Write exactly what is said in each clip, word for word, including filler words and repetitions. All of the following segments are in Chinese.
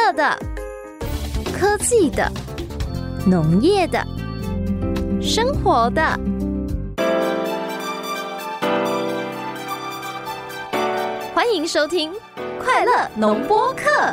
乐的、科技的、农业的、生活的。欢迎收听快乐农播课。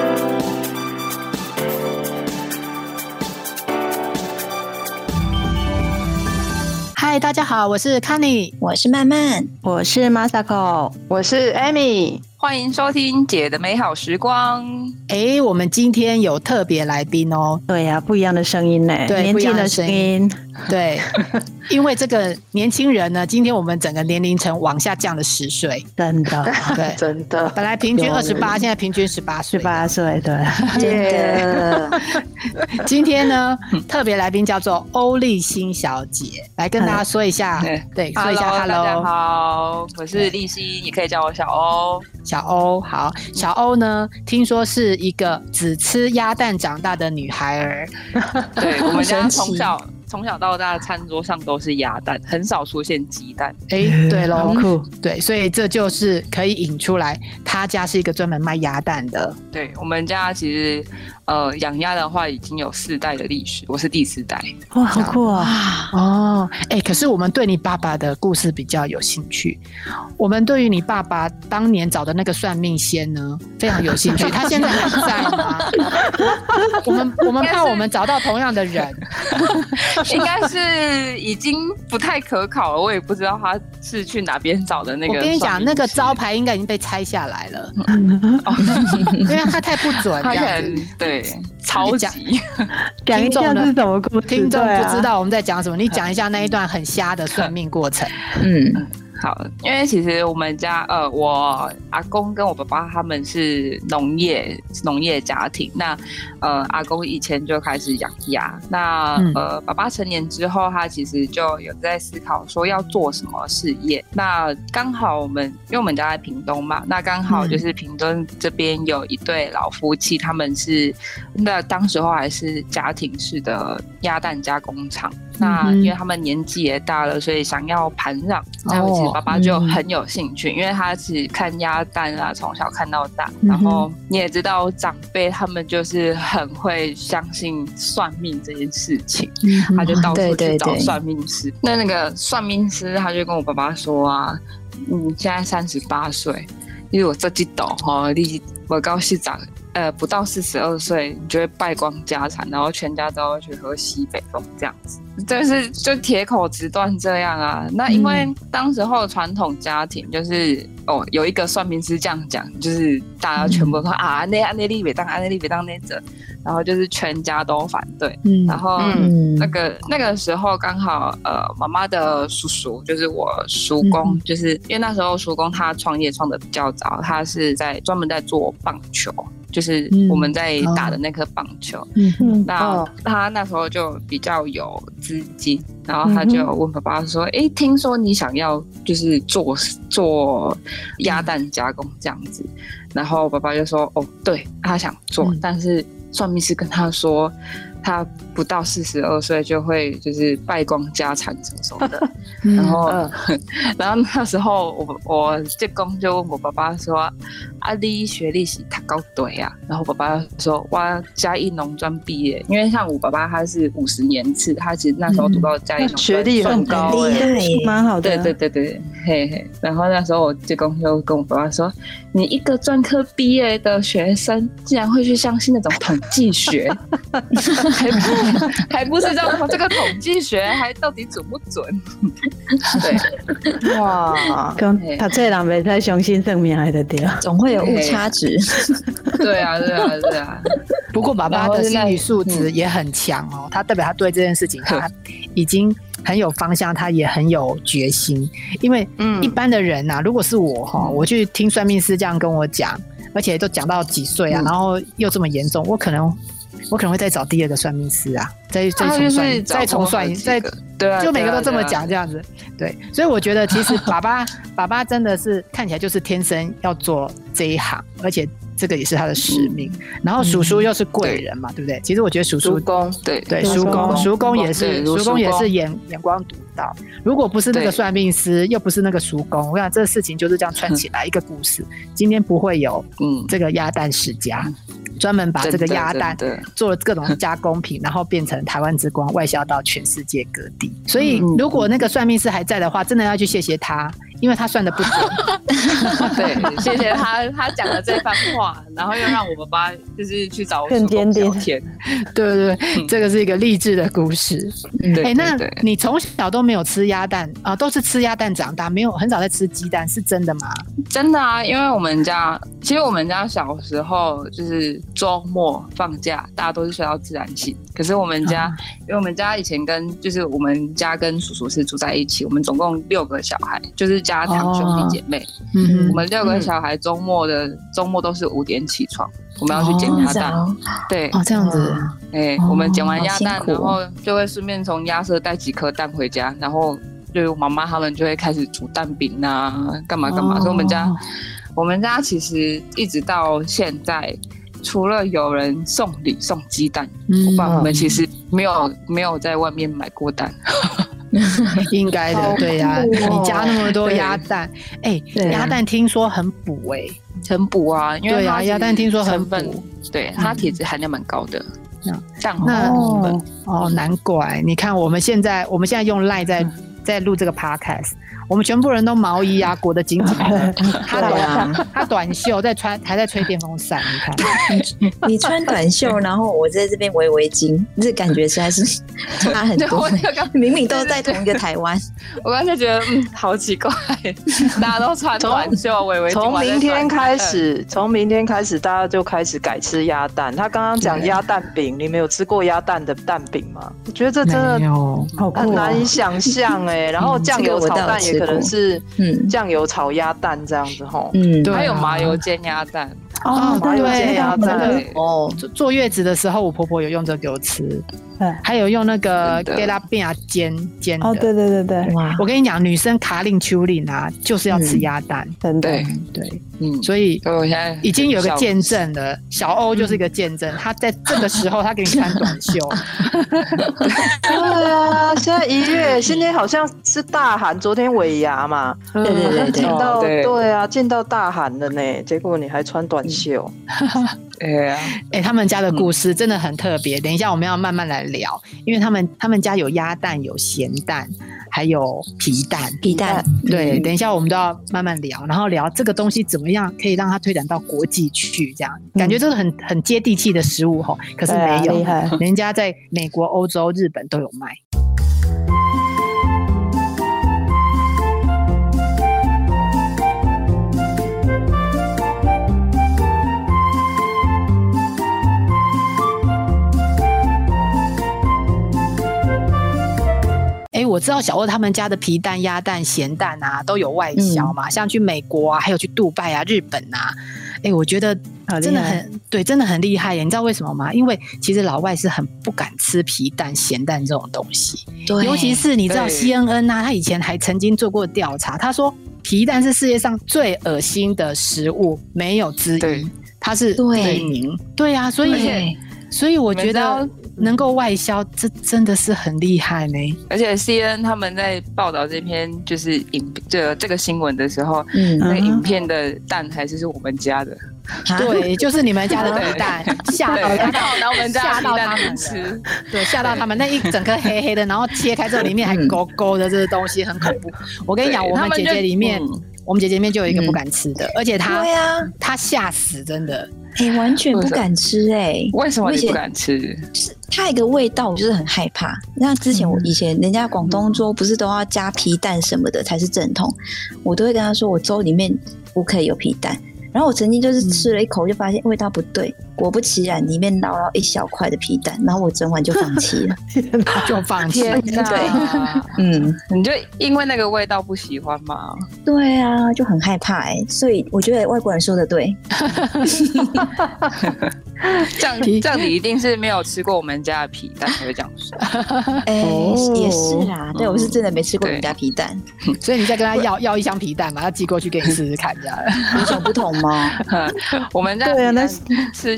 嗨，大家好，我是 Connie， 我是曼曼， 我是 Masako， 我是 Amy。 欢迎收听姐的美好时光。 哎，我们今天有特别来宾哦。 对呀、啊，不一样的声音呢， 对， 年轻的声音。 对，因为这个年轻人呢，今天我们整个年龄层往下降了十岁， 真的， 对， 真的。 本来平均二十八，现在平均十八岁， 十八岁，对， 真的。 今天呢，特别来宾叫做欧丽欣小姐，来跟大家说一下，对，说一下 hello， hello， 大家好，我是丽欣，也可以叫我小欧。 小欧好，小欧呢，听说是一个只吃鸭蛋长大的女孩儿。 对，我们家从小从小到大的餐桌上都是鸭蛋，很少出现鸡蛋。 哎，对咯， 好酷。 对，所以这就是可以引出来，他家是一个专门卖鸭蛋的。 对，我们家其实呃养鸭的话已经有四代的历史，我是第四代。 哇，好酷啊！ 哦，哎，可是我们对你爸爸的故事比较有兴趣。我们对于你爸爸当年找的那个算命仙呢，非常有兴趣。他现在还在吗？我们我们怕我们找到同样的人， 应该是已经不太可考了。我也不知道他是去哪边找的那个。 我跟你讲，那个招牌应该已经被拆下来了，因为他太不准。 他可能对超级讲一下是什么故事？ 听众不知道我们在讲什么，你讲一下那一段很瞎的算命过程。 嗯。好，因为其实我们家呃，我阿公跟我爸爸他们是农业农业家庭。那呃，阿公以前就开始养鸭。那呃，爸爸成年之后，他其实就有在思考说要做什么事业。那刚好我们因为我们家在屏东嘛，那刚好就是屏东这边有一对老夫妻，他们是那当时候还是家庭式的鸭蛋加工厂。那因为他们年纪也大了，所以想要盘让。那其实爸爸就很有兴趣，因为他是看鸭蛋啊，从小看到大。然后你也知道，长辈他们就是很会相信算命这件事情，他就到处去找算命师。那那个算命师他就跟我爸爸说啊，你现在三十八岁，因为我这几斗哈，你我高兴长。呃，不到四十二岁，你就会败光家产，然后全家都要去喝西北风这样子，就是就铁口直断这样啊。那因为当时候传统家庭就是哦，有一个算命师这样讲，就是大家全部说、嗯、啊，那那立北当安那立北当那者，然后就是全家都反对。嗯、然后、嗯、那个那个时候刚好呃，妈妈的叔叔就是我叔公，嗯、就是因为那时候叔公他创业创的比较早，他是在专门在做棒球。就是我们在打的那颗棒球，嗯嗯、那、哦、他那时候就比较有资金，然后他就问爸爸说：“哎、嗯，听说你想要就是做做鸭蛋加工这样子。”然后爸爸就说：“哦，对，他想做，嗯、但是算命师跟他说。”他不到四十二岁就会就是败光家产什么什么的，然后、嗯、然后那时候我我舅公就问我爸爸说：“啊，你学历是读高对啊？”然后爸爸说：“我嘉义农专毕业，因为像我爸爸他是五十年次，他其实那时候读到嘉义农专， 学历很高、欸，厉害，蛮好的。” 对对对对，嘿嘿。然后那时候我舅公就跟我爸爸说：“你一个专科毕业的学生，竟然会去相信那种统计学？”还不还不是这样，这个统计学还到底准不准？对， 哇，讲读册人袂使相信算命还得对， 总会有误差值。 对啊，对啊，对啊。 不过爸爸的心理素质也很强哦，他代表他对这件事情他已经很有方向，他也很有决心。因为一般的人啊，如果是我哈，我去听算命师这样跟我讲，而且都讲到几岁啊，然后又这么严重，我可能。我可能会再找第二个算命师啊，再再重算，再重算一，再对啊，就每个都这么讲这样子，对，所以我觉得其实爸爸爸爸真的是看起来就是天生要做这一行，而且这个也是他的使命。嗯、然后叔叔又是贵人嘛，嗯、对不对？其实我觉得叔叔公对对叔公叔公也是叔公也是眼眼光独到。如果不是那个算命师，又不是那个叔公，我想这个事情就是这样串起来一个故事。今天不会有嗯这个鸭蛋世家。 专门把这个鸭蛋做了各种加工品，然后变成台湾之光，外销到全世界各地。所以如果那个算命师还在的话，真的要去谢谢他，因为他算的不准。 对，谢谢他，他讲了这番话，然后又让我们把就是去找更坚定。对对对，嗯、这个是一个励志的故事。哎、欸，那你从小都没有吃鸭蛋啊、呃，都是吃鸭蛋长大，没有很少在吃鸡蛋，是真的吗？ 真的啊，因为我们家其实我们家小时候就是周末放假，大家都是睡到自然醒。可是我们家，啊、因为我们家以前跟就是我们家跟叔叔是住在一起，我们总共六个小孩，就是加堂兄弟姐妹。哦嗯、我们六个小孩周末的、嗯、周末都是五点起床，我们要去捡鸭蛋。哦、对， 哦，这样子。 哎、欸，我们捡完鸭蛋，然后就会顺便从鸭舍带几颗蛋回家，然后就我妈妈他们就会开始煮蛋饼啊，干嘛干嘛。哦、所以我们家，我们家其实一直到现在，除了有人送礼送鸡蛋，嗯、我爸我们其实没有没有在外面买过蛋。 应该的，对呀、啊，你加那么多鸭蛋，哎，鸭蛋听说很补哎、欸， 很补啊，因为对啊，鸭蛋听说很补， 对，它铁质含量蛮高的。 蛋黄粉哦，难怪你看我们现在我们现在用 Line 在在录这个 podcast。我们全部人都毛衣啊，裹得紧紧的。他短，他短袖在穿，还在吹电风扇。你看， 你穿短袖，然后我在这边围围巾，这感觉实在是差很多。明明都在同一个台湾， 我刚才觉得嗯，好奇怪，大家都穿短袖围围巾。 从明天开始，从明天开始，大家就开始改吃鸭蛋。他刚刚讲鸭蛋饼，你们有吃过鸭蛋的蛋饼吗？我觉得这真的很难以想象哎。然后酱油炒蛋也。可能是酱油炒鸭蛋这样子吼， 嗯，对、啊，还有麻油煎鸭蛋哦， 麻油煎鸭蛋哦。坐月子的时候，我婆婆有用这个给我吃，还有用那个给拉饼啊煎煎的。 哦，对对对对， 哇！我跟你讲，女生卡令丘令啊，就是要吃鸭蛋， 真的， 对对，嗯，所以我现在已经有个见证了，小欧就是一个见证，他在这个时候他给你穿短袖。 对啊，现在一月，今天好像是大寒，昨天尾牙嘛， 对对对对， 见到对啊，见到大寒了呢，结果你还穿短袖。 哎呀， 哎，他们家的故事真的很特别。等一下我们要慢慢来聊，因为他们他们家有鸭蛋、有咸蛋，还有皮蛋。 皮蛋， 对，等一下我们都要慢慢聊，然后聊这个东西怎么样可以让它推展到国际去，这样感觉这是很很接地气的食物吼，可是没有，人家在美国、欧洲、日本都有卖。哎，我知道小欧他们家的皮蛋、鸭蛋、咸蛋啊都有外销嘛，嗯、像去美国啊，还有去杜拜啊、日本啊。哎，我觉得真的很对，真的很厉害耶！你知道为什么吗？因为其实老外是很不敢吃皮蛋、咸蛋这种东西，对，尤其是你知道 C N N 啊，他以前还曾经做过调查，他说皮蛋是世界上最恶心的食物，没有之一，它是第一名。对啊，所以所以我觉得。能够外销，这真的是很厉害呢。 而且 C N N 他们在报道这篇就是影这这个新闻的时候，嗯，那个影片的蛋还是是我们家的， 对，就是你们家的皮蛋，吓到他们， 然后我们家吓到他们吃， 对，吓到他们那一整颗黑黑的，然后切开之后里面还勾勾的，这个东西很恐怖。我跟你讲，我们姐姐里面，我们姐姐里面就有一个不敢吃的，而且她，对啊，她吓死，真的。 哎、欸，完全不敢吃哎、欸！ 为什么你不敢吃？ 它有一个味道，我就是很害怕。那之前我以前人家广东粥不是都要加皮蛋什么的才是正统，我都会跟他说我粥里面不可以有皮蛋。然后我曾经就是吃了一口就发现味道不对，果不其然里面捞了一小块的皮蛋，然后我整碗就放弃了， 就放弃了。 对，嗯， 你就因为那个味道不喜欢吗？ 对啊，就很害怕哎、欸，所以我觉得外国人说的对。 这样这样你一定是没有吃过我们家的皮蛋才会这样说。 哎、欸，也是啦，对，我是真的没吃过我们家皮蛋， 所以你再跟他要要一箱皮蛋嘛，他寄过去给你试试看，这样有什么不同吗？ 我们家对啊，那吃起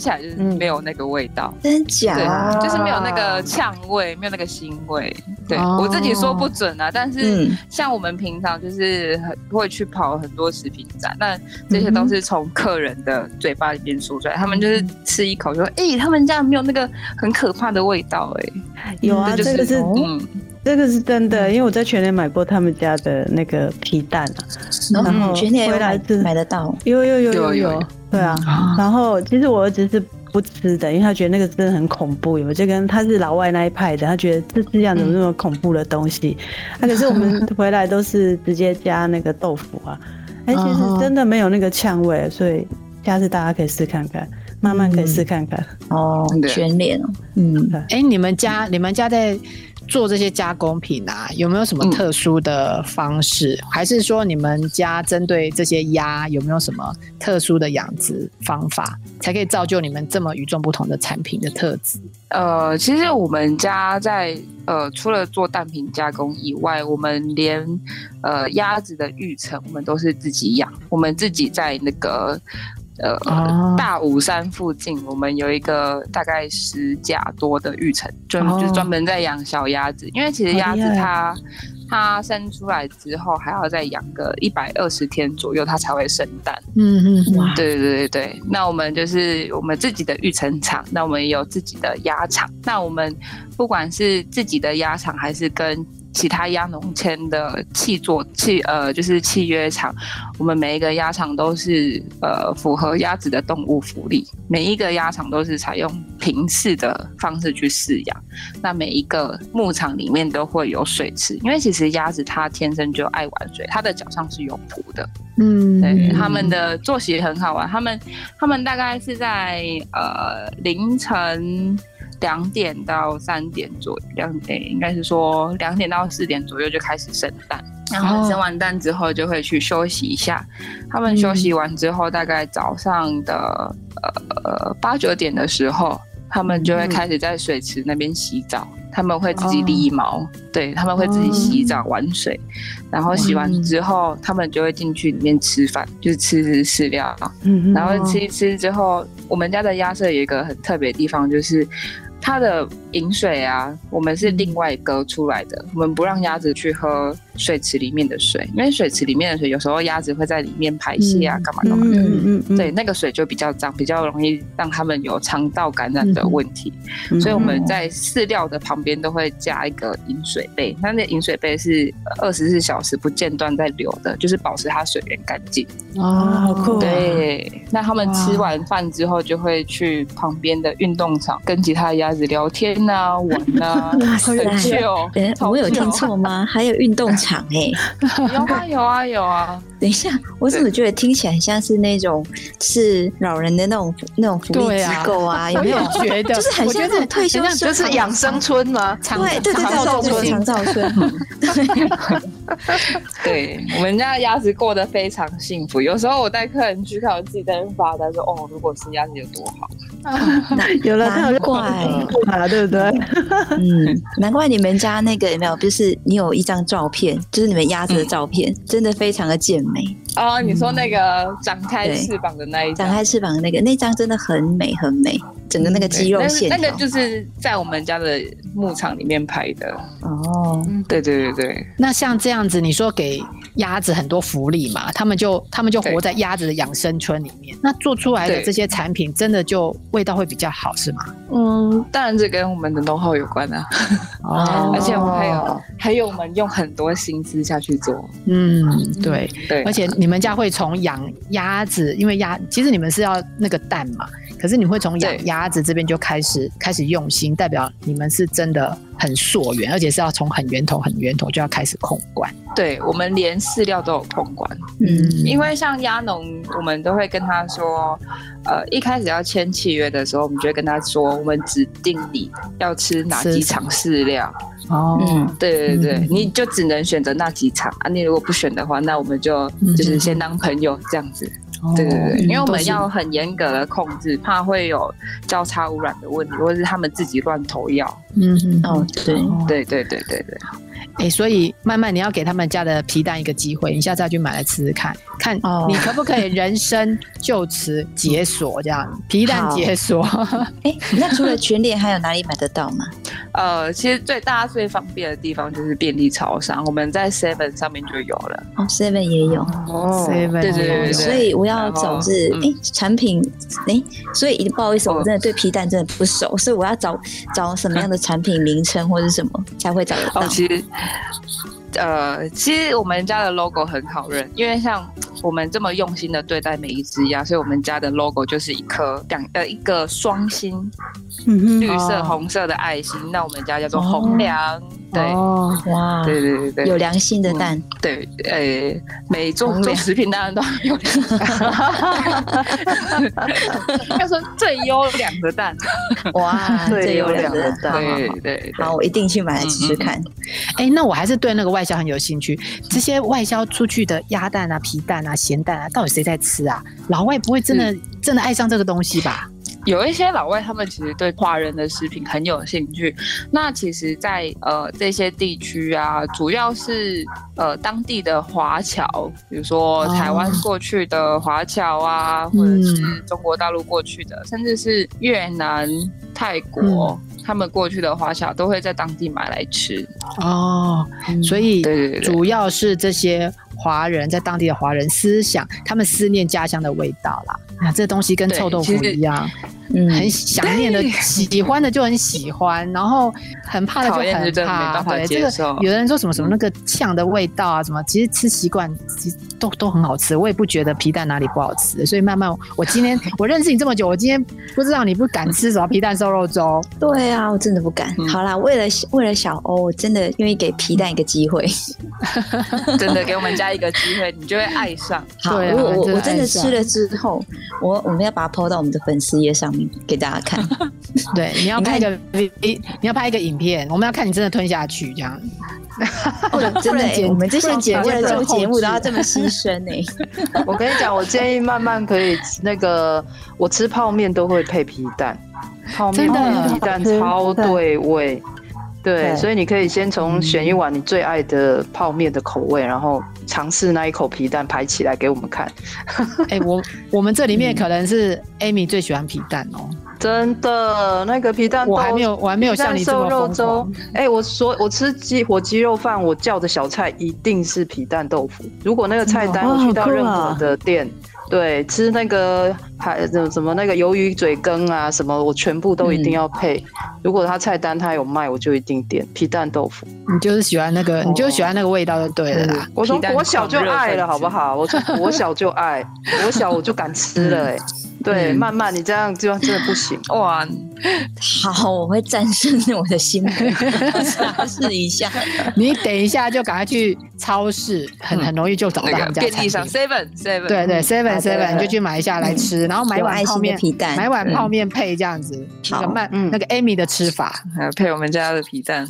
起来就是没有那个味道。 真假？ 对，就是没有那个呛味，没有那个腥味。对、哦、我自己说不准啊，但是像我们平常就是会去跑很多食品展，那这些都是从客人的嘴巴里面说出来，他们就是吃一口就说，哎、欸，他们家没有那个很可怕的味道、欸，哎， 有啊， 就是、 这个是嗯。 这个是真的，因为我在全联买过他们家的那个皮蛋啊， 然后全联回来买得到， 有有有有有，对啊。然后其实我儿子是不吃的，因为他觉得那个真的很恐怖，有就跟他是老外那一派的，他觉得这世界上怎么那么恐怖的东西。那、嗯啊、可是我们回来都是直接加那个豆腐啊，哎、欸，其实真的没有那个呛味，所以下次大家可以试看看，慢慢可以试看看。 嗯、哦，全联哦，嗯， 哎、欸，你们家你们家在做这些加工品啊，有没有什么特殊的方式？嗯、还是说你们家针对这些鸭有没有什么特殊的养殖方法，才可以造就你们这么与众不同的产品的特质？ 呃，其实我们家在呃除了做蛋品加工以外，我们连呃鸭子的育成我们都是自己养，我们自己在那个。呃，哦、大武山附近，我们有一个大概十甲多的育成，就、哦、就是专门在养小鸭子。因为其实鸭子它它生出来之后，还要再养个一百二十天左右，它才会生蛋。 嗯嗯，哇， 对对对对。那我们就是我们自己的育成场，那我们也有自己的鸭场。那我们不管是自己的鸭场，还是跟其他鸭农签的契作契呃就是契约场，我们每一个鸭场都是呃符合鸭子的动物福利，每一个鸭场都是采用平饲的方式去饲养。那每一个牧场里面都会有水池，因为其实鸭子它天生就爱玩水，它的脚上是有蹼的。嗯，对，他们的作息很好玩，他们他们大概是在呃凌晨两点到三点左右，两点应该是说两点到四点左右就开始生蛋，然后生完蛋之后就会去休息一下。他们休息完之后，大概早上的呃八九点的时候，他们就会开始在水池那边洗澡。他们会自己理毛，哦、对，他们会自己洗澡、玩水，然后洗完之后，嗯、他们就会进去里面吃饭，就是吃饲料。嗯、然后吃一吃之后，我们家的鸭舍有一个很特别的地方，就是它的饮水啊，我们是另外隔出来的，我们不让鸭子去喝水池里面的水，因为水池里面的水有时候鸭子会在里面排泄啊，干嘛干嘛的，嗯嗯嗯、对，那个水就比较脏，比较容易让他们有肠道感染的问题，嗯、所以我们在饲料的旁边都会加一个饮水杯，那那饮水杯是二十四小时不间断在流的，就是保持它水源干净。 哦，好酷啊！ 对，那他们吃完饭之后就会去旁边的运动场跟其他鸭子聊天啊、玩啊，很 chill。 欸、我有听错吗？还有运动场哎、 欸？有啊有啊有啊！ 等一下，我怎么觉得听起来很像是那种是老人的那种那种福利机构啊？有没有觉得？ 就是很像那种退休生， 就是养生村吗？ 对对对，长照村，长照村。 对，我们家鸭子过得非常幸福。有时候我带客人去看，我自己在那边发呆说：“哦，如果是鸭子有多好。” 有了， 难怪， 对不对？ 嗯，难怪你们家那个有没有？就是你有一张照片，就是你们鸭子的照片，嗯、真的非常的健美。 哦，你说那个展开翅膀的那一张， 展开翅膀的那个那张真的很美很美，整个那个肌肉线条、 嗯、那, 那个就是在我们家的牧场里面拍的。哦，对对对对。 那像这样子，你说给鸭子很多福利嘛，他们就他们就活在鸭子的养生村里面。那做出来的这些产品，真的就味道会比较好，是吗？ 嗯，当然这跟我们的know how有关啊。哦，而且我们还有还有我们用很多心思下去做。 嗯，对对， 而且你们家会从养鸭子，因为鸭其实你们是要那个蛋嘛，可是你会从养鸭子这边就开始开始用心，代表你们是真的很溯源，而且是要从很源头很源头就要开始控管。 对，我们连饲料都有控管。嗯，因为像鸭农，我们都会跟他说，呃，一开始要签契约的时候，我们就会跟他说，我们指定你要吃哪几场饲料。哦，嗯，对对对，嗯、你就只能选择那几场啊！你如果不选的话，那我们就就是先当朋友这样子。嗯、对对对，因为我们要很严格的控制，怕会有交叉污染的问题，或者是他们自己乱投药。 嗯，哦，对对对对对对。 哎，所以慢慢你要给他们家的皮蛋一个机会，你下次要去买来吃吃看，看你可不可以人生就此解锁这样皮蛋解锁。 哎，那除了全联还有哪里买得到吗？ 呃，其实最大家最方便的地方就是便利超商，我们在 Seven 上面就有了。 哦 ，Seven 也有。 哦 ，Seven 对对对， 所以我要找是哎、嗯、产品哎，所以不好意思，我真的对皮蛋真的不熟，所以我要找找什么样的产品名称或者什么才会找得到？ 哦，其实。呃，其实我们家的 logo 很好认，因为像我们这么用心的对待每一只鸭，所以我们家的 logo 就是一颗两呃一个双心，嗯、绿色、哦、红色的爱心。那我们家叫做红粮。哦对， 哦，哇， 对对对对， 有良心的蛋，嗯、 对，呃，每做做食品当然都有良心，要说最优良的蛋， 哇，最优良的蛋， 对对对， 好，我一定去买来吃吃看。 哎、嗯，那我还是对那个外销很有兴趣，这些外销出去的鸭蛋啊、皮蛋啊、咸蛋啊，到底谁在吃啊？老外不会真的、嗯、真的爱上这个东西吧？ 有一些老外，他们其实对华人的食品很有兴趣。那其实在，在呃这些地区啊，主要是呃当地的华侨，比如说台湾过去的华侨啊，哦、或者是中国大陆过去的，嗯、甚至是越南、泰国。嗯他们过去的华侨都会在当地买来吃哦，所以主要是这些华人在当地的华人思想，他们思念家乡的味道啦。啊，这东西跟臭豆腐一样，嗯，很想念的，喜欢的就很喜欢，然后很怕的就很怕。对，这个有的人说什么什么那个呛的味道啊，什么，其实吃习惯其实都都很好吃，我也不觉得皮蛋哪里不好吃。所以慢慢，我今天我认识你这么久，我今天不知道你不敢吃什么皮蛋瘦肉粥。 对啊，我真的不敢。嗯、好啦，为了为了小欧，我真的愿意给皮蛋一个机会。 真的给我们家一个机会，你就会爱上。 好， 对啊、 我我我真的吃了之后，我我们要把它 po 到我们的粉丝页上面给大家看。 对，你要拍一个你要拍一个影片，我们要看你真的吞下去这样。 不能真的、欸，我们这些节为了做节目都要这么牺牲哎、 欸。我跟你讲，我建议慢慢可以那个，我吃泡面都会配皮蛋，泡面配皮蛋超对味。对，所以你可以先从选一碗你最爱的泡面的口味，然后尝试那一口皮蛋排起来给我们看。 哎、欸，我我们这里面可能是 Amy 最喜欢皮蛋哦， 真的那个皮蛋， 我还没有我还没有像你这么疯狂。 哎、欸，我说我吃鸡火鸡肉饭，我叫的小菜一定是皮蛋豆腐。如果那个菜单我去到任何的店。对，吃那个还什么那个鱿鱼嘴羹啊，什么我全部都一定要配。嗯、如果他菜单他有卖，我就一定点皮蛋豆腐。 你就是喜欢那个，哦、你就是喜欢那个味道就对了啦。 我从国小就爱了，好不好？我从国小就爱，国小我就敢吃了、欸，哎。对，慢慢你这样就真的不行哇！ 好，我会战胜我的心，尝试一下。 你等一下就赶快去超市，很很容易就找到他们家便利商 Seven Seven， 对对 Seven Seven 你就去买一下来吃，然后买碗泡面，买碗泡面配这样子，那个慢那个 Amy 的吃法， 还有配我们家的皮蛋。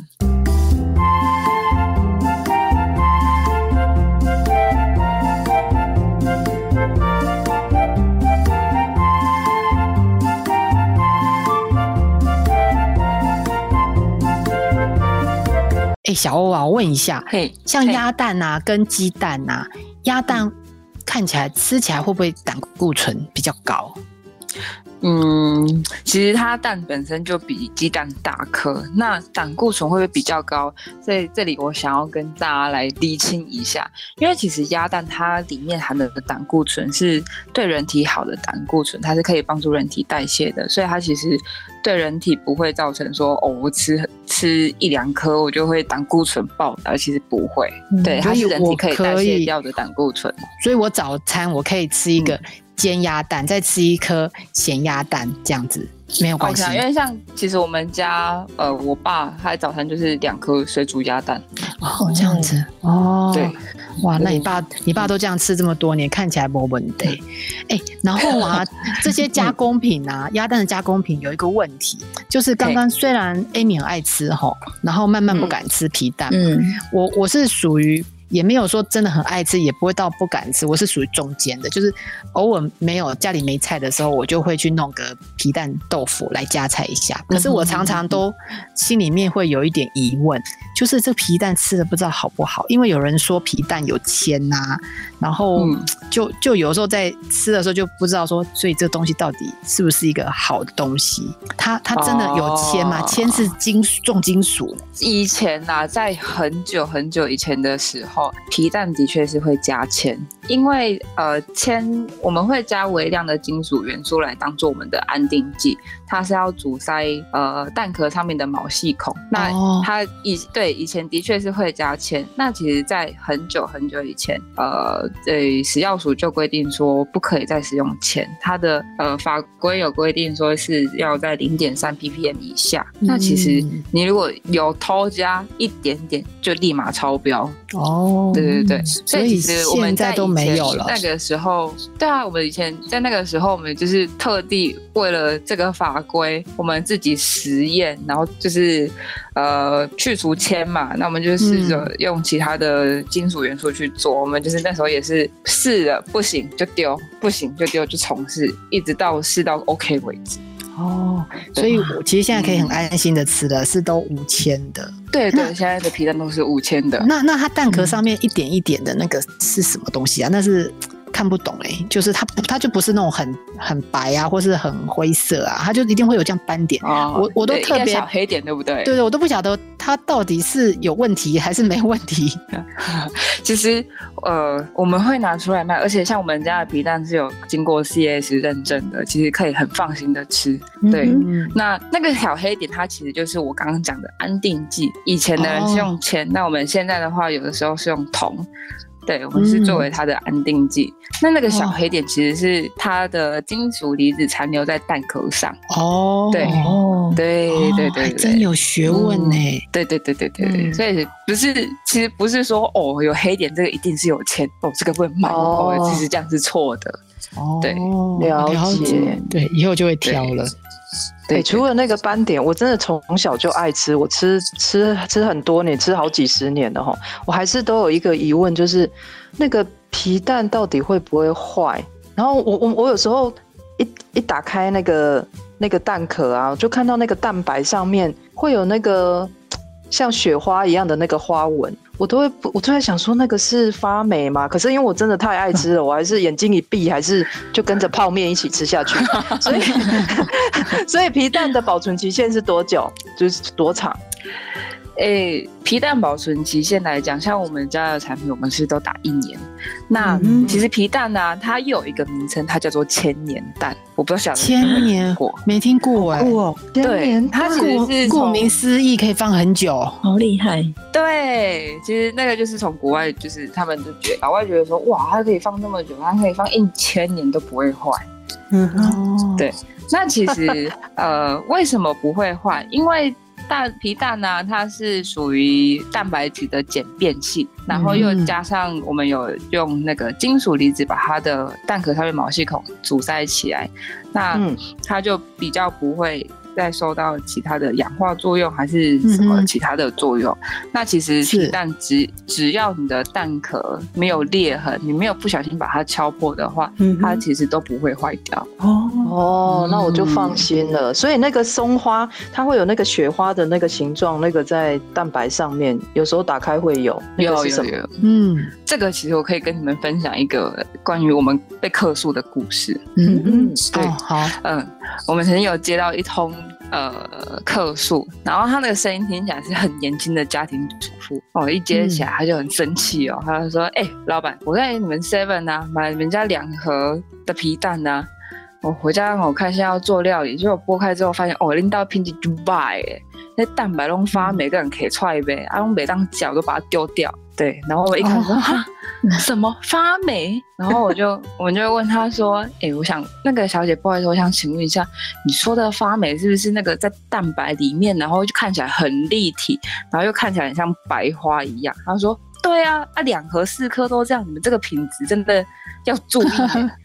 哎、欸，小欧啊，我问一下， 嘿， 像鸭蛋啊跟鸡蛋啊，鸭蛋看起来吃起来会不会胆固醇比较高？ 嗯，其实它蛋本身就比鸡蛋大颗，那胆固醇会不会比较高？所以这里我想要跟大家来厘清一下，因为其实鸭蛋它里面含的胆固醇是对人体好的胆固醇，它是可以帮助人体代谢的，所以它其实对人体不会造成说哦，我吃吃一两颗我就会胆固醇爆表，其实不会，嗯、对，它是人体可以代谢掉的胆固醇。 所以我早餐我可以吃一个。嗯煎鸭蛋，再吃一颗咸鸭蛋，这样子没有关系。 Okay, 因为像其实我们家呃，我爸他早餐就是两颗水煮鸭蛋。 哦，这样子哦。 对， 哇，那你爸你爸都这样吃这么多年，看起来没问题。哎、欸，然后啊，这些加工品啊，鸭蛋的加工品有一个问题，就是刚刚虽然 Amy 很爱吃吼，然后慢慢不敢吃皮蛋。嗯，我我是属于。 也没有说真的很爱吃，也不会到不敢吃，我是属于中间的，就是偶尔没有家里没菜的时候，我就会去弄个皮蛋豆腐来加菜一下。可是我常常都心里面会有一点疑问，就是这皮蛋吃的不知道好不好，因为有人说皮蛋有铅啊，然后就就有时候在吃的时候就不知道说，所以这东西到底是不是一个好的东西？它它真的有铅吗？铅、哦、是金重金属。 以前啊，在很久很久以前的时候，皮蛋的确是会加铅，因为呃铅我们会加微量的金属元素来当做我们的安定剂，它是要阻塞呃蛋壳上面的毛细孔。那它以对以前的确是会加铅。那其实，在很久很久以前，呃，对食药署就规定说不可以再使用铅，它的呃法规有规定说是要在零点三 P P M 以下。嗯、那其实你如果有偷加一点点，就立马超标。哦，对对对， 所以其实我们在都没有了。 那个时候，对啊，我们以前在那个时候，我们就是特地为了这个法规，我们自己实验，然后就是呃去除铅嘛，那我们就试着用其他的金属元素去做。嗯、我们就是那时候也是试了，不行就丢，不行就丢，就重试，一直到试到 OK 为止。 哦，所以我其实现在可以很安心的吃的、嗯、是都无铅的。 对对，现在的皮蛋都是无铅的。 那那它蛋壳上面一点一点的那个是什么东西啊？那是看不懂哎、欸，就是它它就不是那种很很白啊，或是很灰色啊，它就一定会有这样斑点。哦、我我都特别小黑点，对不对？ 对对，我都不晓得它到底是有问题还是没问题。 其实呃，我们会拿出来卖，而且像我们家的皮蛋是有经过 C S 认证的，其实可以很放心的吃。对，嗯、那那个小黑点它其实就是我刚刚讲的安定剂。以前的人是用铅，哦、那我们现在的话，有的时候是用铜。对，我们是作为它的安定剂。嗯、那那个小黑点其实是它的金属离子残留在蛋壳上。哦，对，哦、对对对对， 还真有学问呢、嗯。 对对对对对对，嗯、所以不是，其实不是说哦有黑点这个一定是有铅哦，这个不能买哦，哦其实这样是错的。哦，对， 了解， 对，以后就会挑了。 对，除了那个斑点，我真的从小就爱吃，我吃吃吃很多年，吃好几十年了齁。我还是都有一个疑问，就是那个皮蛋到底会不会坏？然后我我我有时候一一打开那个那个蛋壳啊，就看到那个蛋白上面会有那个像雪花一样的那个花纹。我都会，我都在想说那个是发霉吗？可是因为我真的太爱吃了，我还是眼睛一闭，还是就跟着泡面一起吃下去。所以，所以皮蛋的保存期限是多久？就是多长？ 诶、欸，皮蛋保存期限来讲，像我们家的产品，我们是都打一年。那、嗯、其实皮蛋呢、啊，它又有一个名称，它叫做千年蛋。我不知道晓得千年过没听过哎、欸哦， 对，它其实是顾名思义可以放很久， 好厉害。 对，其实那个就是从国外，就是他们就觉得老外觉得说，哇，它可以放那么久，它可以放一千年都不会坏。嗯哦，对。那其实呃，为什么不会坏？因为蛋皮蛋呢、啊，它是属于蛋白质的简便性，然后又加上我们有用那个金属离子把它的蛋壳上面毛细孔阻塞起来，那它就比较不会再受到其他的氧化作用还是什么其他的作用。嗯、那其实皮蛋只只要你的蛋壳没有裂痕，你没有不小心把它敲破的话，嗯、它其实都不会坏掉。 哦哦，那我就放心了。嗯、所以那个松花它会有那个雪花的那个形状，那个在蛋白上面有时候打开会有。那个是什么？ 有有有。嗯，这个其实我可以跟你们分享一个关于我们被客诉的故事。嗯嗯，对，哦、好，嗯，我们曾经有接到一通。呃，客诉，然后他那个声音听起来是很年轻的家庭主妇哦，一接起来他就很生气哦，他就说：“哎、欸，老板，我在你们 seven 啊买你们家两盒的皮蛋啊，我回家我看现在要做料理，结果剥开之后发现哦，拎到pinky就败哎，那蛋白都发霉，个人可以踹呗，啊，用每当脚都把它丢掉。”对，然后我一看说哈、哦，什么发霉？然后我就我们就会问他说，哎、欸，我想那个小姐，不好意思，我想请问一下，你说的发霉是不是那个在蛋白里面，然后就看起来很立体，然后又看起来很像白花一样？他说对啊，啊两盒四颗都这样，你们这个品质真的要注意。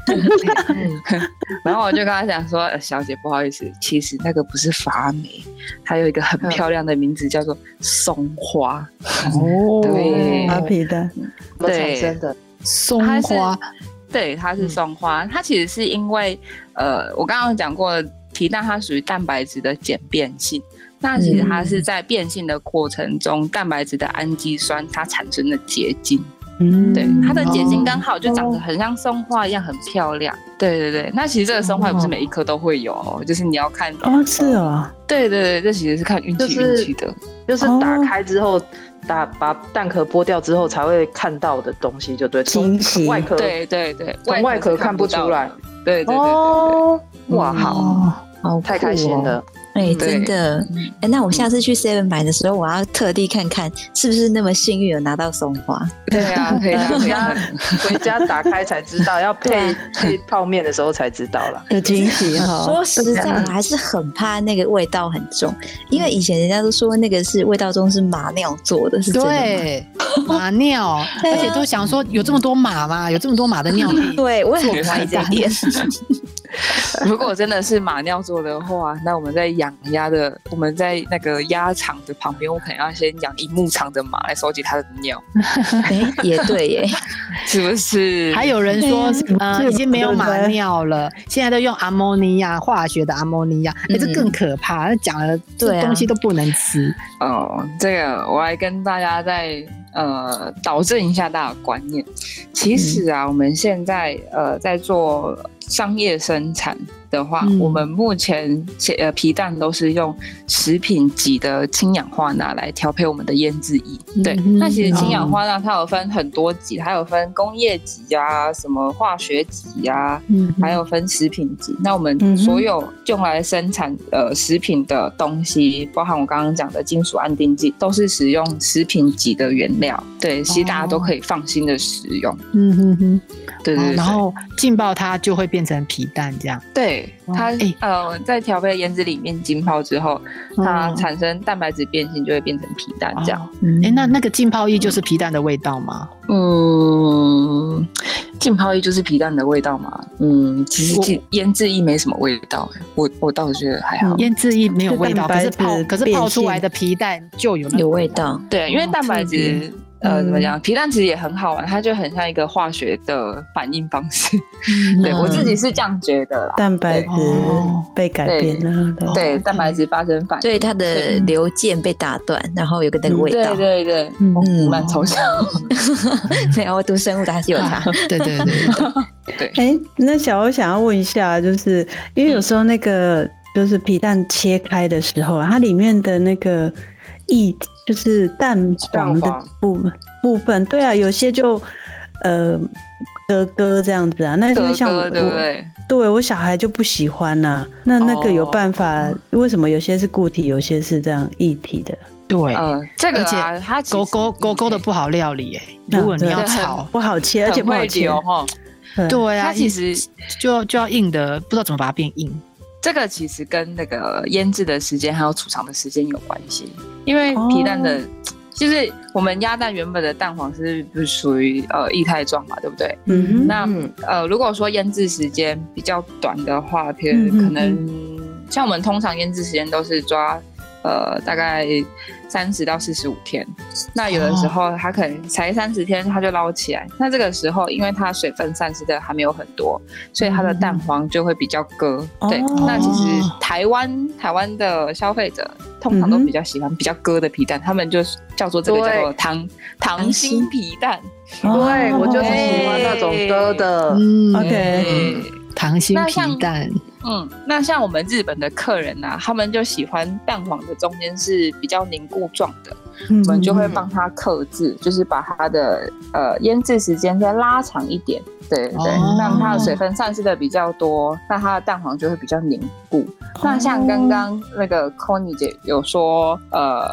然后我就跟他讲说，呃、小姐不好意思，其实那个不是发霉，它有一个很漂亮的名字叫做松花。 哦， 对， 花皮蛋， 对，真的松花， 对，它是松花，嗯、它其实是因为呃，我刚刚讲过，皮蛋它属于蛋白质的简变性。那其实它是在变性的过程中，嗯、蛋白质的氨基酸它产生的结晶，嗯，对，它的结晶刚好就长得很像松花一样，很漂亮。对对对，那其实这个松花也不是每一颗都会有，哦，就是你要看哦，是哦， 对对对，这其实是看运气运气的， 就是打开之后。打把蛋壳剥掉之后才会看到的东西，就对，从外壳， 对对对， 从外壳看不出来， 对对对对， 哦，哇， 好，好太开心了。 哎、欸，真的，哎、欸，那我下次去 Seven 买的时候，我要特地看看是不是那么幸运有拿到松花。 对啊，可以回家回家打开才知道，要配配泡面的时候才知道了， 有惊喜哈。 说实在，我还是很怕那个味道很重，因为以前人家都说那个是味道重是马尿做的，是真的吗？ 对，马尿，而且都想说有这么多马吗？有这么多马的尿可以？ 对，我也很怀疑这一点。 如果真的是马尿做的话，那我们在养鸭的，我们在那个鸭场的旁边，我可能要先养一牧场的马来收集它的尿。 欸、也对耶， 是不是？ 还有人说，呃，已经没有马尿了，现在都用阿莫尼亚，化学的阿莫尼亚，哎、欸，这更可怕。那讲了，这东西都不能吃。 哦，这个我来跟大家再呃导正一下大家的观念。其实啊，嗯、我们现在呃在做商业生产的话，嗯、我们目前呃皮蛋都是用食品级的氢氧化钠来调配我们的腌制液。嗯、对，那其实氢氧化钠它有分很多级，它有分工业级啊，什么化学级啊，嗯、还有分食品级。那我们所有用来生产呃食品的东西，包含我刚刚讲的金属安定剂，都是使用食品级的原料。对，其实大家都可以放心的使用。嗯哼哼，对 对, 对, 对。 然后浸泡它就会变成皮蛋这样。 对。它、欸、呃，在调配腌制里面浸泡之后，它产生蛋白质变性，就会变成皮蛋这样。哎、 嗯欸，那那个浸泡液就是皮蛋的味道吗？ 嗯，浸泡液就是皮蛋的味道吗？嗯，其实腌制液没什么味道，我我倒是觉得还好。 腌制液没有味道，可是泡可是泡出来的皮蛋就有那有味道。 对，因为蛋白质。呃，怎么讲？皮蛋其实也很好玩，它就很像一个化学的反应方式。嗯、对我自己是这样觉得啦。 蛋白质被改变了， 对，对蛋白质发生反应， 所以它的流键被打断，然后有个那个味道。 对对对，嗯，蛮抽象。 对，我读生物的还是有差。 对对对对。 哎、欸，那小欧想要问一下，就是因为有时候那个就是皮蛋切开的时候，它里面的那个液。就是蛋黄的部部分，对啊，有些就呃咯咯这样子啊，那因为像我， 对不对？ 对我小孩就不喜欢呐、啊。那那个有办法？哦、为什么有些是固体，有些是这样液体的？ 对， 呃，这个啊， 而且它勾勾勾勾的不好料理哎、欸，如果你要炒不好切，而且不好切哈。 对啊， 它其实就就要硬的，不知道怎么把它变硬。 这个其实跟那个腌制的时间还有储藏的时间有关系，因为皮蛋的，哦、就是我们鸭蛋原本的蛋黄是不是属于呃液态状嘛，对不对？嗯哼。那呃，如果说腌制时间比较短的话，譬如可能、嗯、像我们通常腌制时间都是抓呃大概三十到四十五天，那有的时候它可能才三十天它就捞起来，那这个时候因为它水分散失的还没有很多，所以它的蛋黄就会比较割。嗯、对，哦、那其实台湾台湾的消费者通常都比较喜欢比较割的皮蛋，他们就叫做这个叫做溏溏心皮蛋。 对，我就是喜欢那种割的。 嗯 ，OK。 溏心皮蛋， 嗯，那像我们日本的客人啊，他们就喜欢蛋黄的中间是比较凝固状的，嗯、我们就会帮他客制，就是把它的呃腌制时间再拉长一点，对对对，哦、让它的水分散失的比较多，那它的蛋黄就会比较凝固。哦、那像刚刚那个 Connie 姐有说，呃，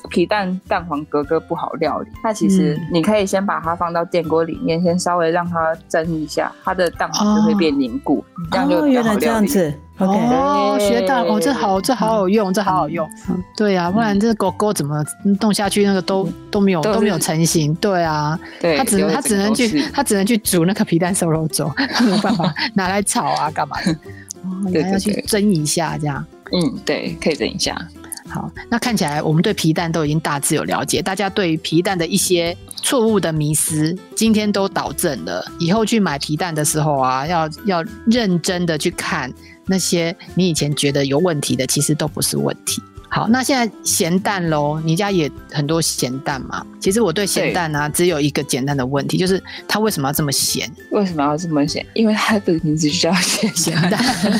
皮蛋蛋黄格格不好料理，那其实你可以先把它放到电锅里面，先稍微让它蒸一下，它的蛋黄就会变凝固，哦、这样就比较好料理。哦，原来这样子。 Okay. 哦，学到哦，这好，这好好用，这好好用。嗯、对啊，不然这狗狗怎么弄下去，那个都都没有都没有成型。对啊，对，它只能它只能去它只能去煮那个皮蛋瘦肉粥，没有办法拿来炒啊，干嘛的？哦，你还要去蒸一下这样。 嗯，对，可以蒸一下。 好，那看起来我们对皮蛋都已经大致有了解，大家对于皮蛋的一些错误的迷思，今天都导正了。以后去买皮蛋的时候啊，要要认真的去看那些你以前觉得有问题的，其实都不是问题。好，那现在咸蛋咯，你家也很多咸蛋嘛？其实我对咸蛋啊，只有一个简单的问题，就是它为什么要这么咸？ 为什么要这么咸？因为它的名字就叫咸咸蛋，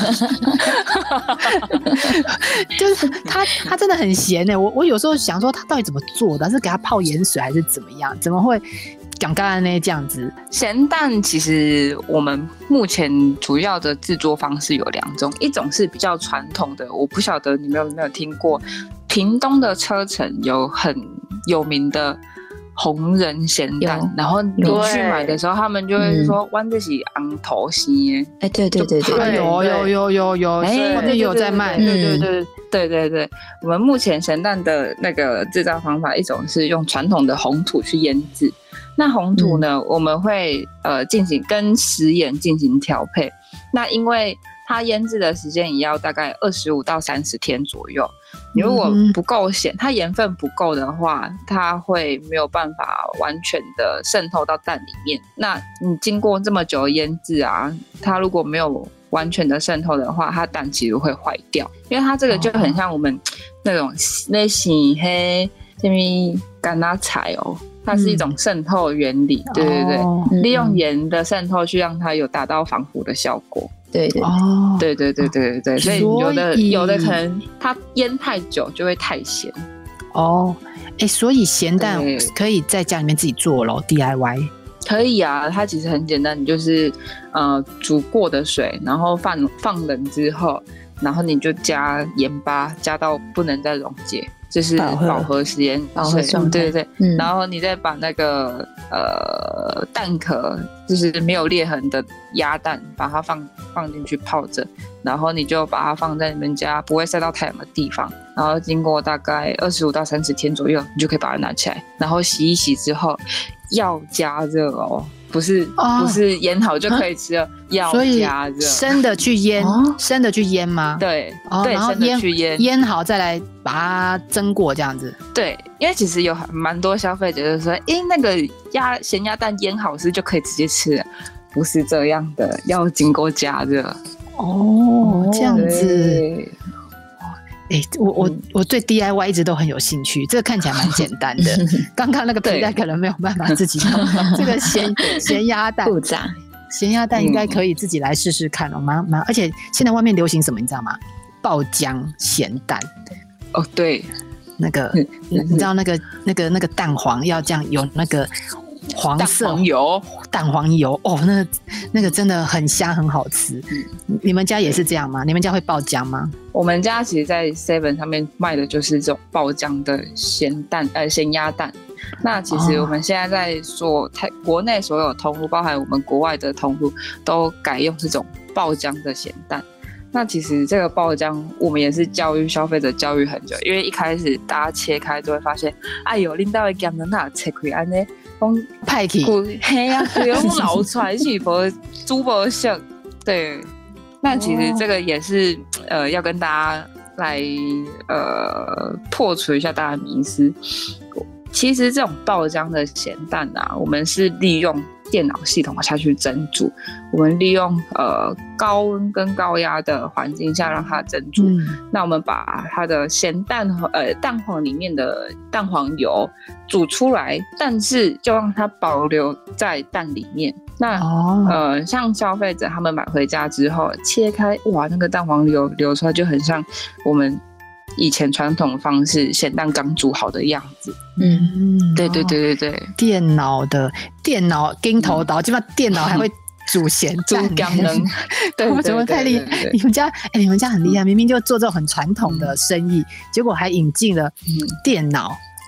就是它它真的很咸欸。我我有时候想说，它到底怎么做的？是给它泡盐水还是怎么样？怎么会？讲刚才那这样子， 咸蛋其实我们目前主要的制作方式有两种，一种是比较传统的，我不晓得你们有没有听过，屏东的车城有很有名的红人咸蛋，然后你去买的时候，他们就会说弯这是昂头西， 哎，对对对对， 有有有有有，外面有在卖， 对对对对对对。我们目前咸蛋的那个制造方法，一种是用传统的红土去腌制。那红土呢，嗯、我们会呃进行跟食盐进行调配。那因为它腌制的时间也要大概二十五到三十天左右。你如果不够咸，它盐分不够的话，它会没有办法完全的渗透到蛋里面。那你经过这么久的腌制啊，它如果没有完全的渗透的话，它蛋其实会坏掉。因为它这个就很像我们那种那洗黑什么干拉菜哦。它是一种渗透原理，嗯、对对对，哦、利用盐的渗透去让它有达到防腐的效果。 对对哦， 对对对对对对，所以有的有的可能它腌太久就会太咸。 哦，哎，所以咸蛋可以在家里面自己做咯 D I Y。 可以啊，它其实很简单，你就是呃煮过的水，然后放放冷之后，然后你就加盐巴，加到不能再溶解。就是饱和时间，对对对、嗯，然后你再把那个呃蛋壳，就是没有裂痕的鸭蛋，把它放放进去泡着，然后你就把它放在你们家不会晒到太阳的地方，然后经过大概二十五到三十天左右，你就可以把它拿起来，然后洗一洗之后要加热哦。不是、哦、不是腌好就可以吃了，啊、要加热， 生的去腌，哦、生的去腌吗？ 对， 哦、 对， 然后生的去腌， 腌好再来把它蒸过这样子。 对，因为其实有蛮多消费者就说，哎、欸，那个鸭咸鸭蛋腌好是就可以直接吃了，不是这样的，要经过加热。 哦，这样子。哎、欸，我我我对 D I Y 一直都很有兴趣，这个看起来蛮简单的。刚刚那个皮蛋可能没有办法自己弄，这个咸咸鸭蛋复杂， 咸鸭蛋应该可以自己来试试看哦，蛮蛮。而且现在外面流行什么，你知道吗？爆浆咸蛋。 哦，对， 那个你知道那个那个那个蛋黄要这样有那个黄色蛋黄油， 蛋黄油哦，那个那个真的很香，很好吃。你们家也是这样吗？你们家会爆浆吗？ 我们家其实，在 Seven 上面卖的就是这种爆浆的咸蛋，呃，咸鸭蛋。那其实我们现在在所台国内所有通路，包含我们国外的通路，都改用这种爆浆的咸蛋。那其实这个爆浆，我们也是教育消费者教育很久，因为一开始大家切开就会发现，哎呦，恁兜的咸蛋哪切开安尼？讲派去， 嘿呀，不用老出来是无煮无熟，对。那其实这个也是呃，要跟大家来呃破除一下大家的迷思。其实这种爆浆的咸蛋啊，我们是利用电脑系统下去蒸煮，我们利用呃高温跟高压的环境下让它蒸煮。嗯、那我们把它的咸蛋呃蛋黄里面的蛋黄油煮出来，但是就让它保留在蛋里面。那、哦、呃，像消费者他们买回家之后切开，哇，那个蛋黄流流出来就很像我们以前传统方式咸蛋刚煮好的样子。嗯，对对对对对， 电脑的电脑金头刀，基本上电脑还会煮咸蛋， 煮干能，对， 我怎么太厉害？你们家哎、欸，你们家很厉害，明明就做这种很传统的生意，结果还引进了电脑。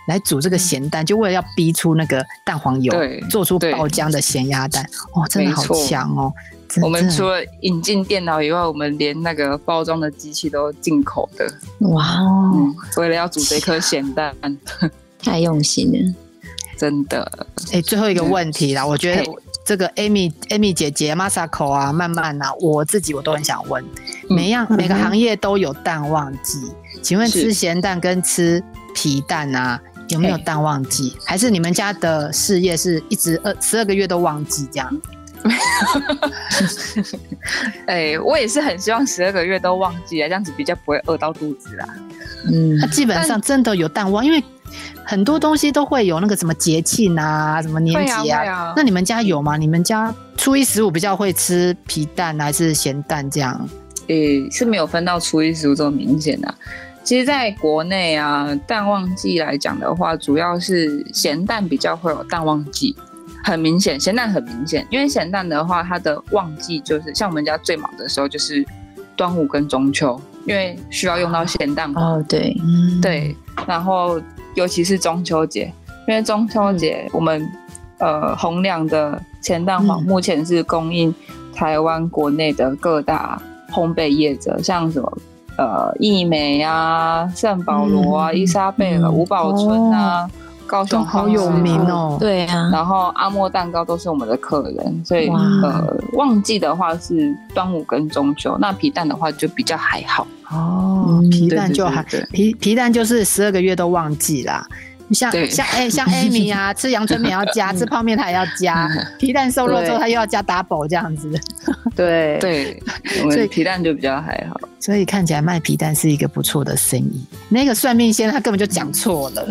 来煮这个咸蛋，就为了要逼出那个蛋黄油，做出爆浆的咸鸭蛋。哦，真的好强哦！ 我们除了引进电脑以外，我们连那个包装的机器都进口的。 哇哦、嗯！ 为了要煮这颗咸蛋， 太用心了， 真的。 哎、欸，最后一个问题啦，我觉得这个 Amy Amy 姐姐、Masako 啊、曼曼啊，我自己我都很想问，每样、嗯、每个行业都有淡旺季，请问吃咸蛋跟吃皮蛋啊，有没有淡旺季？还是你们家的事业是一直二十二个月都旺季这样？ 哎、欸，我也是很希望十二个月都旺季啊，这样子比较不会饿到肚子啦。 嗯，那基本上真的有淡旺，因为很多东西都会有那个什么节庆啊，什么年节 啊, 啊, 啊。那你们家有吗？你们家初一十五比较会吃皮蛋还是咸蛋这样？ 诶、欸，是没有分到初一十五这么明显的、啊。其实，在国内啊，淡旺季来讲的话，主要是咸蛋比较会有淡旺季。很明显，咸蛋很明显，因为咸蛋的话，它的旺季就是像我们家最忙的时候就是端午跟中秋，因为需要用到咸蛋黄。 哦，对， 对，然后尤其是中秋节，因为中秋节我们、嗯、呃宏良的咸蛋黄目前是供应台湾国内的各大烘焙业者，像什么呃益美啊、圣保罗啊、嗯、伊莎贝尔、五宝村啊。哦，高雄好有名哦， 对啊， 然后阿莫蛋糕都是我们的客人，所以呃，旺季的话是端午跟中秋，那皮蛋的话就比较还好哦，嗯、皮蛋就还对对对对皮皮蛋就是十二个月都旺季啦。像像哎像 Amy 啊，吃阳春面要加，吃泡面她也要加，皮蛋瘦肉之后她又要加 double 这样子。 对对，我们皮蛋就比较还好。 所以看起来卖皮蛋是一个不错的生意。那个算命先生他根本就讲错了。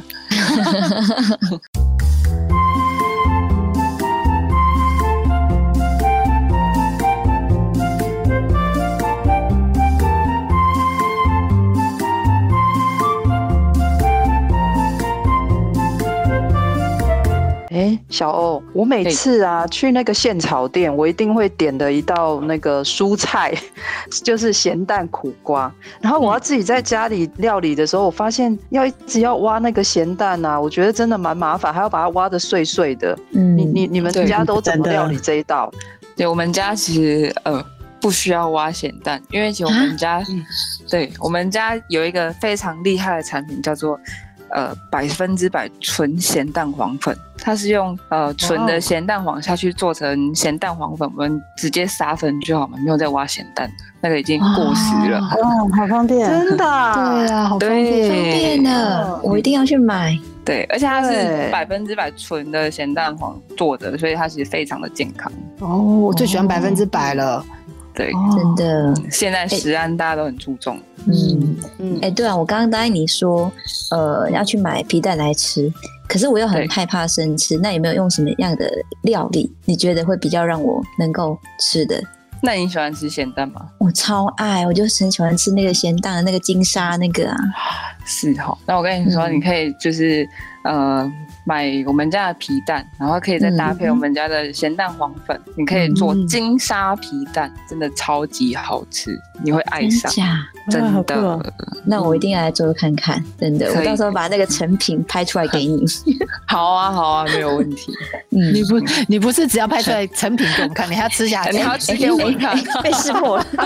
哎，小欧，我每次啊去那个现炒店，我一定会点的一道那个蔬菜，就是咸蛋苦瓜。然后我要自己在家里料理的时候，我发现要一直要挖那个咸蛋啊，我觉得真的蛮麻烦，还要把它挖得碎碎的。嗯，你你你们家都怎么料理这一道？ 对，我们家其实呃不需要挖咸蛋，因为其实我们家、嗯、对我们家有一个非常厉害的产品叫做。呃，百分之百纯咸蛋黄粉，它是用呃纯的咸蛋黄下去做成咸蛋黄粉，我们直接撒粉就好嘛，没有再挖咸蛋的，那个已经过时了。 哦，好方便， 真的、啊， 对啊，好方便， 方便的，我一定要去买。 对，而且它是百分之百纯的咸蛋黄做的，所以它其实非常的健康。 哦，我最喜欢百分之百了。 对， 真的， 现在食安大家都很注重。 嗯嗯，哎、欸，对啊，我刚刚答应你说，呃，要去买皮蛋来吃，可是我又很害怕生吃，那有没有用什么样的料理？你觉得会比较让我能够吃的？ 那你喜欢吃咸蛋吗？ 我超爱，我就很喜欢吃那个咸蛋的那个金沙那个啊。 是哈，那我跟你说，嗯、你可以就是呃。买我们家的皮蛋，然后可以再搭配我们家的咸蛋黄粉，嗯、你可以做金沙皮蛋，真的超级好吃，你会爱上。真的，真的、啊哦， 那我一定要来做看看，真的，我到时候把那个成品拍出来给你。 好啊，好啊，没有问题。 嗯，你不，你不是只要拍出来成品给我们看，你还要吃下去， 你还要吃给我们看， 被识破了。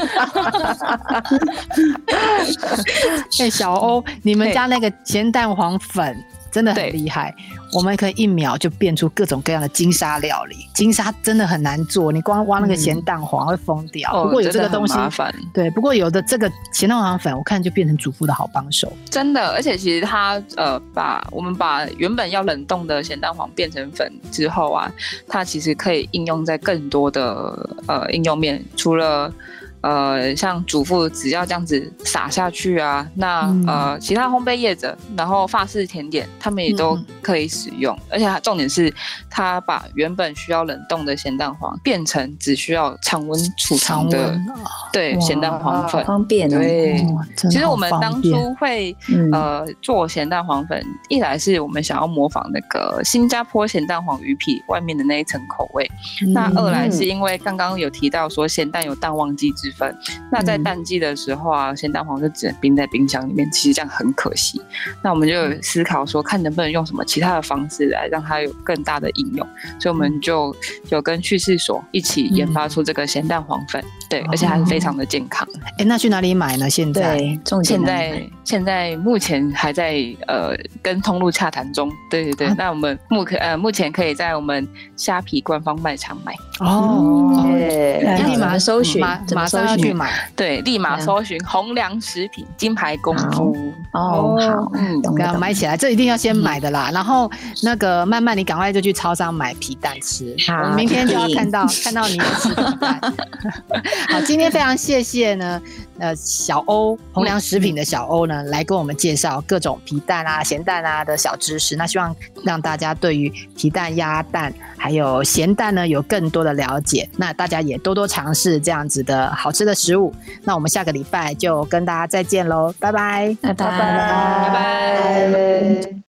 哎、欸，小欧，你们家那个咸蛋黄粉。真的很厉害，我们可以一秒就变出各种各样的金沙料理。金沙真的很难做，你光挖那个咸蛋黄会疯掉。嗯、不过有这个东西， 麻烦。 对，不过有的这个咸蛋黄粉，我看就变成主妇的好帮手。 真的，而且其实它呃，把我们把原本要冷冻的咸蛋黄变成粉之后啊，它其实可以应用在更多的呃应用面，除了。呃，像主妇只要这样子撒下去啊，那、嗯、呃，其他烘焙业者，然后法式甜点，他们也都可以使用。嗯、而且它重点是，它把原本需要冷冻的咸蛋黄变成只需要常温储藏的，对，咸蛋黄粉， 方便。 对，其实我们当初会、嗯、呃做咸蛋黄粉，一来是我们想要模仿那个新加坡咸蛋黄鱼皮外面的那一层口味，嗯、那二来是因为刚刚有提到说咸蛋有淡旺季之十分。那在淡季的时候啊，咸蛋黄就只能冰在冰箱里面，其实这样很可惜。那我们就有思考说，看能不能用什么其他的方式来让它有更大的应用，所以我们就有跟畜试所一起研发出这个咸蛋黄粉，对，而且还是非常的健康。 哎、欸，那去哪里买呢？现在？ 对， 现在现在目前还在呃跟通路洽谈中，对对对。啊、那我们目可呃目前可以在我们虾皮官方卖场买。 哦， 对，立马搜寻， 马马上要去买。 对，立马搜寻弘良食品金牌功夫。 哦，好， 嗯，给它买起来，这一定要先买的啦。嗯、然后那个慢慢你赶快就去超商买皮蛋吃，我们明天就要看到看到你吃皮蛋。好，今天非常谢谢呢，呃，小欧弘良食品的小欧呢，来跟我们介绍各种皮蛋啊、咸蛋啊的小知识。那希望让大家对于皮蛋、鸭蛋还有咸蛋呢有更多的了解。那大家也多多尝试这样子的好吃的食物。那我们下个礼拜就跟大家再见喽，拜拜， 拜拜， 拜拜。